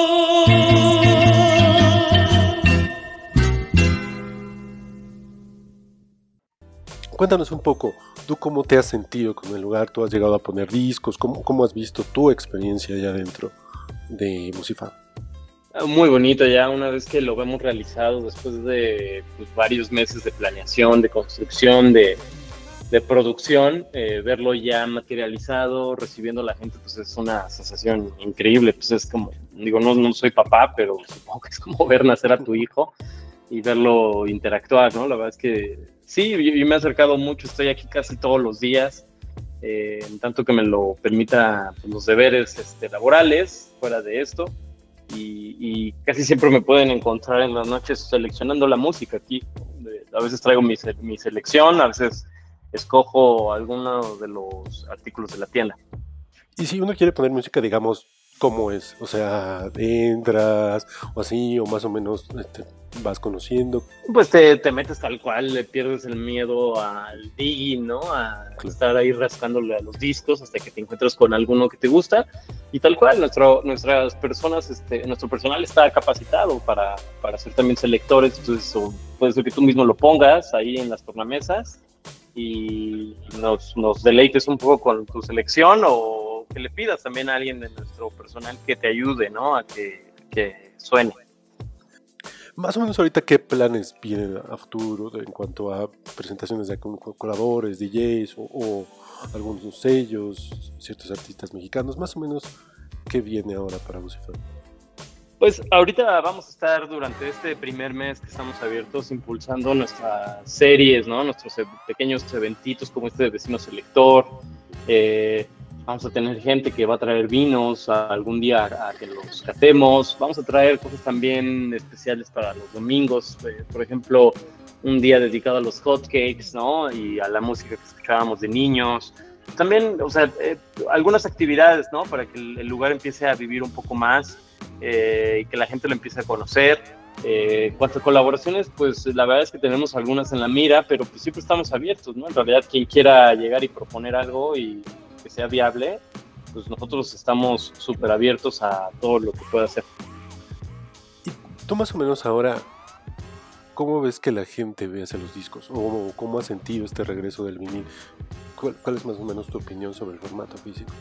Cuéntanos un poco, ¿tú cómo te has sentido con el lugar? ¿Tú has llegado a poner discos? ¿Cómo has visto tu experiencia allá dentro de Musifa? Muy bonito, ya una vez que lo vemos realizado, después de varios meses de planeación, de construcción, de producción, verlo ya materializado, recibiendo a la gente, pues es una sensación increíble. Pues es como, digo, no soy papá, pero supongo que es como ver nacer a tu hijo y verlo interactuar, ¿no? La verdad es que sí, yo me he acercado mucho, estoy aquí casi todos los días, en tanto que me lo permita, pues, los deberes laborales fuera de esto. Y casi siempre me pueden encontrar en las noches seleccionando la música aquí. A veces traigo mi selección, a veces escojo algunos de los artículos de la tienda. Y si uno quiere poner música, digamos, ¿cómo es? O sea, ¿entras o así, o más o menos vas conociendo? Pues te metes tal cual, le pierdes el miedo al digging, ¿no? A estar ahí rascándole a los discos hasta que te encuentras con alguno que te gusta. Y tal cual, nuestras personas, nuestro personal está capacitado para ser también selectores. Entonces, puede ser que tú mismo lo pongas ahí en las tornamesas y nos deleites un poco con tu selección, o que le pidas también a alguien de nuestro personal que te ayude, ¿no? A que suene. Más o menos ahorita, ¿qué planes vienen a futuro en cuanto a presentaciones de colaboradores, DJs o algunos sellos, ciertos artistas mexicanos? Más o menos, ¿qué viene ahora para Musifa? Pues ahorita vamos a estar durante este primer mes que estamos abiertos impulsando nuestras series, ¿no? Nuestros pequeños eventitos como este de Vecino Selector. Vamos a tener gente que va a traer vinos algún día a que los catemos. Vamos a traer cosas también especiales para los domingos. Por ejemplo, un día dedicado a los hotcakes, ¿no? Y a la música que escuchábamos de niños. También, o sea, algunas actividades, ¿no? Para que el lugar empiece a vivir un poco más y que la gente lo empiece a conocer. Cuanto a colaboraciones, pues la verdad es que tenemos algunas en la mira, pero pues siempre estamos abiertos, ¿no? En realidad, quien quiera llegar y proponer algo y que sea viable, pues nosotros estamos súper abiertos a todo lo que pueda hacer. Y tú más o menos ahora, ¿Cómo ves que la gente ve hacia los discos? ¿O cómo has sentido este regreso del vinil? ¿Cuál es más o menos tu opinión sobre el formato físico?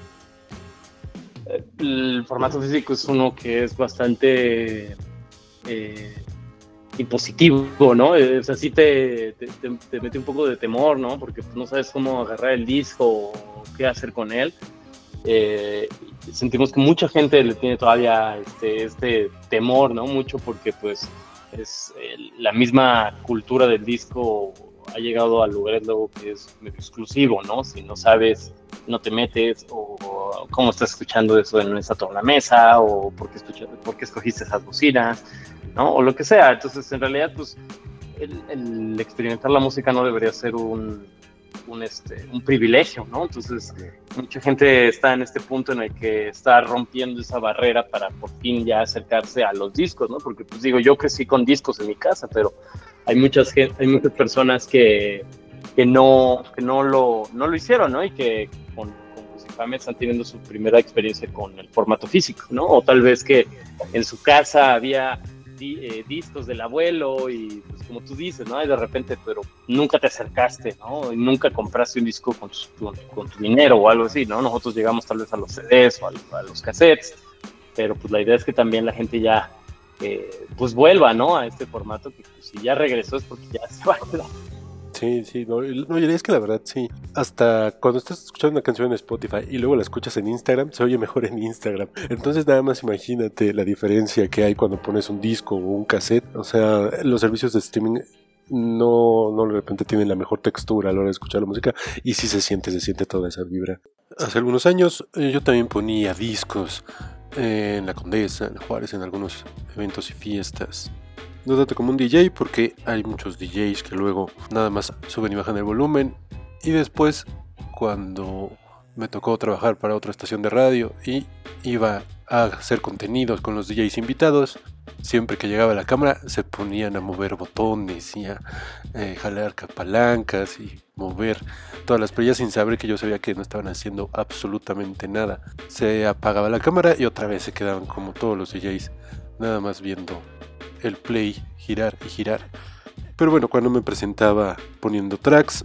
El formato físico es uno que es bastante impositivo, ¿no? O sea, sí te mete un poco de temor, ¿no? Porque pues, no sabes cómo agarrar el disco o qué hacer con él. Sentimos que mucha gente le tiene todavía este temor, ¿no? Mucho porque pues es la misma cultura del disco ha llegado a lugares luego que es medio exclusivo, ¿no? Si no sabes, no te metes, o cómo estás escuchando eso en esa tornamesa, o por qué escogiste esas bocinas, ¿no? O lo que sea. Entonces, en realidad, pues, el experimentar la música no debería ser un privilegio, ¿no? Entonces, mucha gente está en este punto en el que está rompiendo esa barrera para por fin ya acercarse a los discos, ¿no? Porque, pues digo, yo crecí con discos en mi casa, pero hay muchas personas que no lo hicieron, ¿no? Y que con Musicfame están teniendo su primera experiencia con el formato físico, ¿no? O tal vez que en su casa había discos del abuelo y pues como tú dices, ¿no? Y de repente, pero nunca te acercaste, ¿no? Y nunca compraste un disco con tu dinero o algo así, ¿no? Nosotros llegamos tal vez a los CDs o a los cassettes, pero pues la idea es que también la gente ya pues vuelva, ¿no? A este formato que pues, si ya regresó es porque ya se va a quedar. Sí, no, es que la verdad sí, hasta cuando estás escuchando una canción en Spotify y luego la escuchas en Instagram, se oye mejor en Instagram. Entonces nada más imagínate la diferencia que hay cuando pones un disco o un cassette. O sea, los servicios de streaming no de repente tienen la mejor textura a la hora de escuchar la música, y sí se siente toda esa vibra. Hace algunos años yo también ponía discos en la Condesa, en Juárez, en algunos eventos y fiestas. No tanto como un DJ, porque hay muchos DJs que luego nada más suben y bajan el volumen. Y después, cuando me tocó trabajar para otra estación de radio y iba a hacer contenidos con los DJs invitados, siempre que llegaba la cámara se ponían a mover botones y a jalar palancas y mover todas las perillas sin saber que yo sabía que no estaban haciendo absolutamente nada. Se apagaba la cámara y otra vez se quedaban como todos los DJs, nada más viendo el play girar y girar. Pero bueno, cuando me presentaba poniendo tracks,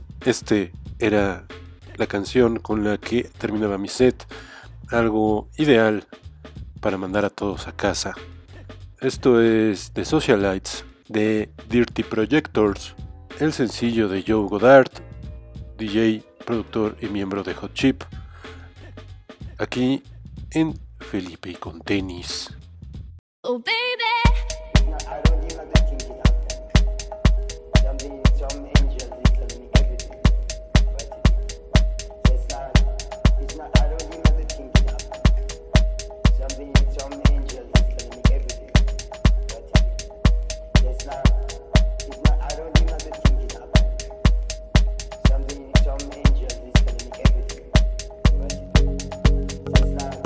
era la canción con la que terminaba mi set, algo ideal para mandar a todos a casa. Esto es The Socialites de Dirty Projectors, el sencillo de Joe Goddard, DJ, productor y miembro de Hot Chip, aquí en Felipe y con Tenis. Oh baby, I don't need nothing thinking of some angel is telling me everything. Right? It's not, I don't need nothing thinking of some angel is telling me everything. Right? It's not, I don't need nothing thinking of some angel is telling me everything. Right? It's not.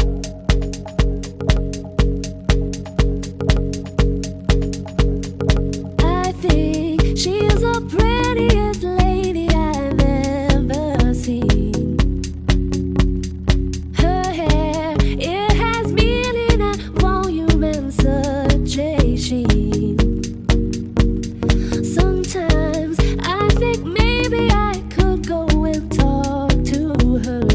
she is the prettiest lady I've ever seen. Her hair, it has meaning and volume and such a sheen. Sometimes I think maybe I could go and talk to her.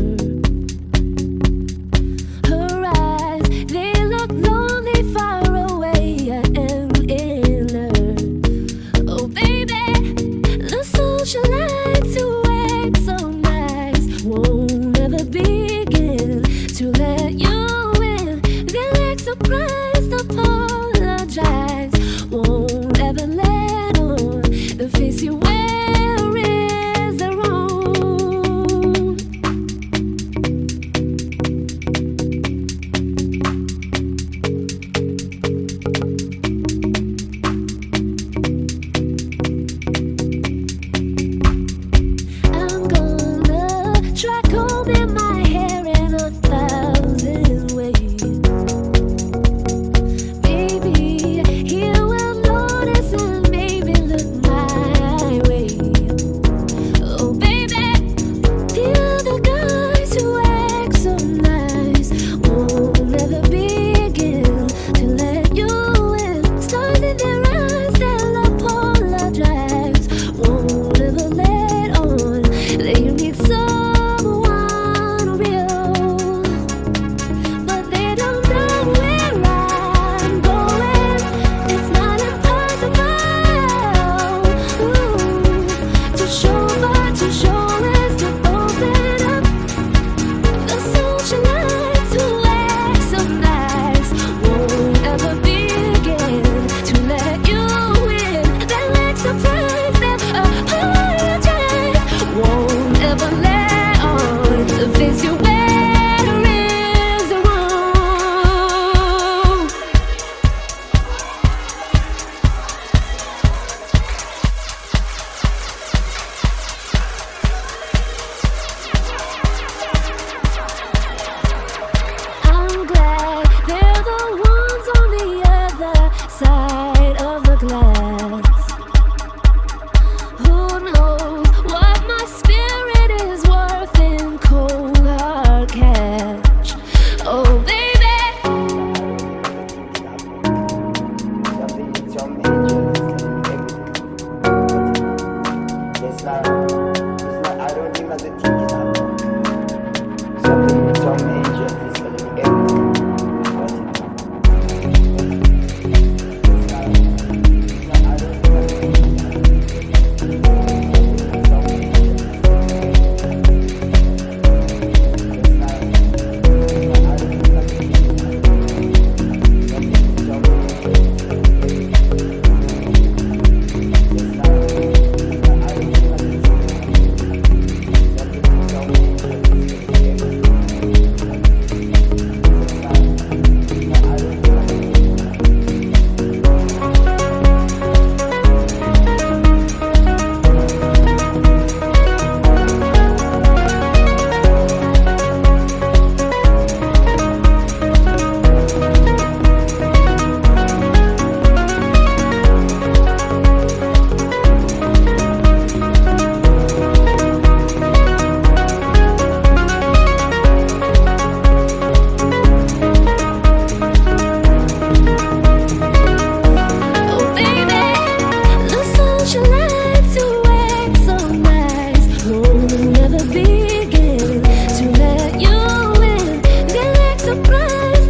Her eyes, they look lonely far away and inner. Oh baby, the socialites who act so nice won't ever begin to let you in. They act surprised, apologize, won't ever let on the face you wear is their own. I'm gonna try combing my hair in 1,000 ways.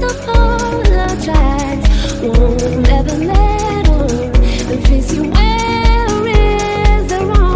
apologize. Won't ever let on the face you wear is the wrong.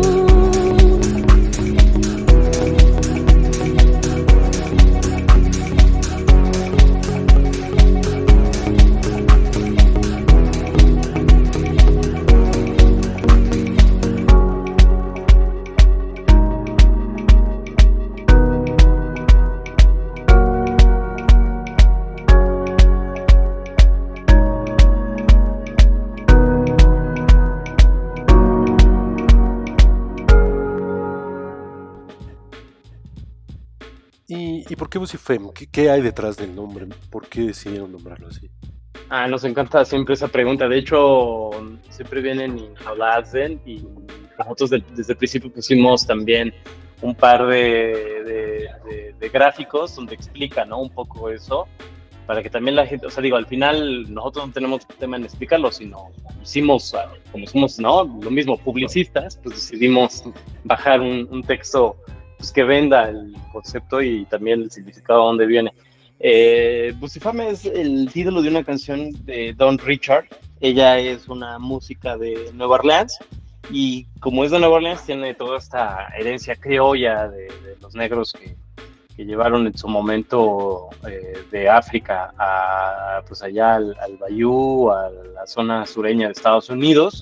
¿Y por qué Busifem? ¿Qué hay detrás del nombre? ¿Por qué decidieron nombrarlo así? Nos encanta siempre esa pregunta. De hecho, siempre vienen y hablan y nosotros desde el principio pusimos también un par de gráficos donde explica, ¿no? Un poco eso, para que también la gente, o sea, digo, al final nosotros no tenemos tema en explicarlo, sino hicimos, como somos, ¿no? Lo mismo, publicistas, pues decidimos bajar un texto pues, que venda el concepto y también el significado de dónde viene. Busifame es el título de una canción de Dawn Richard. Ella es una música de Nueva Orleans y como es de Nueva Orleans tiene toda esta herencia criolla de los negros que llevaron en su momento de África pues allá al Bayou, a la zona sureña de Estados Unidos.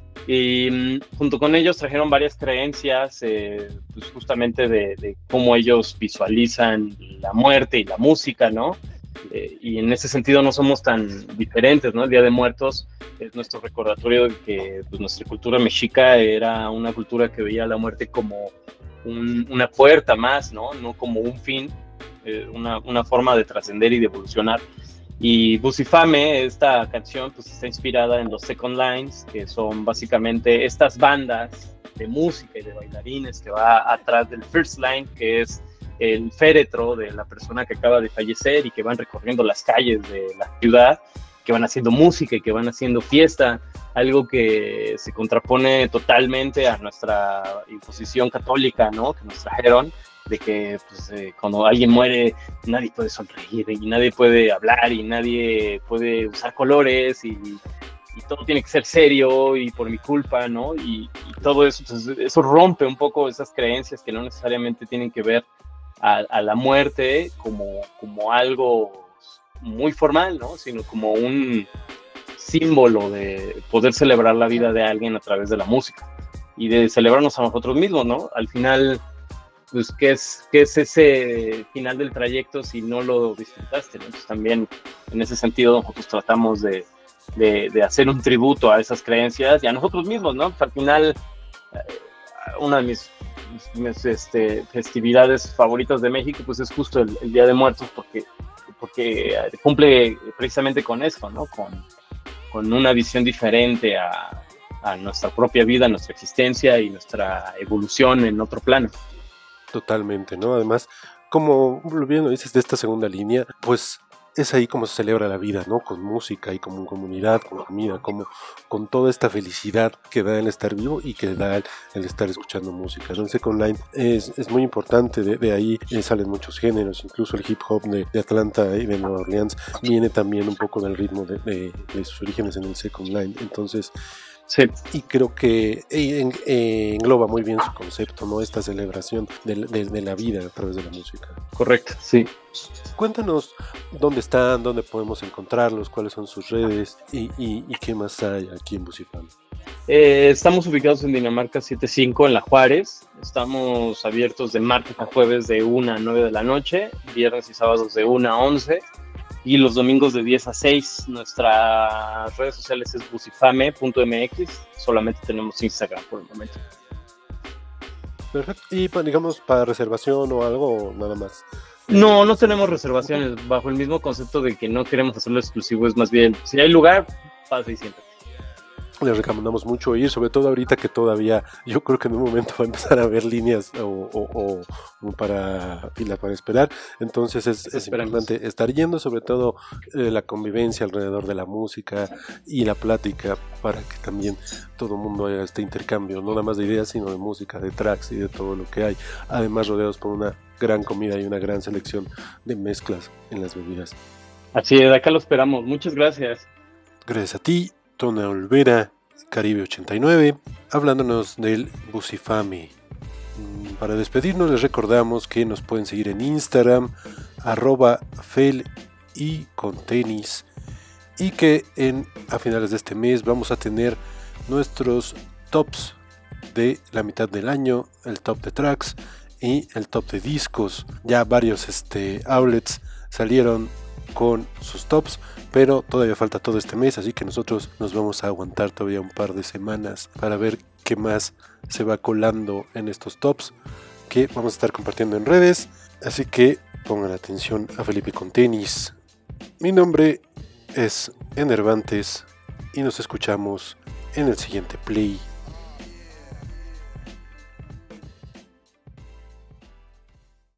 Y junto con ellos trajeron varias creencias pues justamente de cómo ellos visualizan la muerte y la música, ¿no? Y en ese sentido no somos tan diferentes, ¿no? El Día de Muertos es nuestro recordatorio de que pues, nuestra cultura mexica era una cultura que veía la muerte como una puerta más, ¿no? No como un fin, una forma de trascender y de evolucionar. Y Busifame, esta canción, pues está inspirada en los Second Lines, que son básicamente estas bandas de música y de bailarines que va atrás del First Line, que es el féretro de la persona que acaba de fallecer y que van recorriendo las calles de la ciudad, que van haciendo música y que van haciendo fiesta, algo que se contrapone totalmente a nuestra imposición católica, ¿no? Que nos trajeron, de que pues, cuando alguien muere nadie puede sonreír y nadie puede hablar y nadie puede usar colores y todo tiene que ser serio y por mi culpa, ¿no? Y todo eso, entonces, eso rompe un poco esas creencias que no necesariamente tienen que ver a la muerte como algo muy formal, ¿no? Sino como un símbolo de poder celebrar la vida de alguien a través de la música y de celebrarnos a nosotros mismos, ¿no? Al final, pues, ¿qué es ese final del trayecto si no lo disfrutaste, ¿no? Entonces, también en ese sentido nosotros tratamos de hacer un tributo a esas creencias y a nosotros mismos, ¿no? Pues, al final, una de mis festividades favoritas de México, pues es justo el Día de Muertos, porque cumple precisamente con esto, ¿no? Con una visión diferente a nuestra propia vida, nuestra existencia y nuestra evolución en otro plano. Totalmente, ¿no? Además, como bien lo dices de esta segunda línea, pues es ahí como se celebra la vida, ¿no? Con música y como comunidad, con comida, como con toda esta felicidad que da el estar vivo y que da el estar escuchando música, ¿no? El Second Line es muy importante, de ahí salen muchos géneros, incluso el hip hop de Atlanta y de Nueva Orleans viene también un poco del ritmo de sus orígenes en el Second Line, entonces... Sí. Y creo que engloba muy bien su concepto, ¿no? Esta celebración de la vida a través de la música. Correcto, sí. Cuéntanos dónde están, dónde podemos encontrarlos, cuáles son sus redes y qué más hay aquí en Busifame. Estamos ubicados en Dinamarca 75 en La Juárez. Estamos abiertos de martes a jueves de 1 a 9 de la noche, viernes y sábados de 1 a 11. Y los domingos de 10 a 6, nuestras redes sociales es busifame.mx, solamente tenemos Instagram por el momento. Perfecto, y digamos para reservación o algo, nada más. No tenemos reservaciones, bajo el mismo concepto de que no queremos hacerlo exclusivo, es más bien, si hay lugar, pasa y siempre. Les recomendamos mucho ir, sobre todo ahorita que todavía, yo creo que en un momento va a empezar a haber líneas o para filas para esperar, entonces es importante estar yendo, sobre todo la convivencia alrededor de la música y la plática, para que también todo el mundo haga este intercambio, no nada más de ideas, sino de música, de tracks y de todo lo que hay, además rodeados por una gran comida y una gran selección de mezclas en las bebidas. Así es, acá lo esperamos. Muchas gracias. Gracias a ti, Tona Olvera, Caribe 89, hablándonos del Busifame. Para despedirnos les recordamos que nos pueden seguir en Instagram, @fel_y_con_tenis, y que a finales de este mes vamos a tener nuestros tops de la mitad del año, el top de tracks y el top de discos. Ya varios outlets salieron con sus tops, pero todavía falta todo este mes, así que nosotros nos vamos a aguantar todavía un par de semanas para ver qué más se va colando en estos tops que vamos a estar compartiendo en redes, así que pongan atención a Felipe con Tenis. Mi nombre es Enervantes y nos escuchamos en el siguiente play.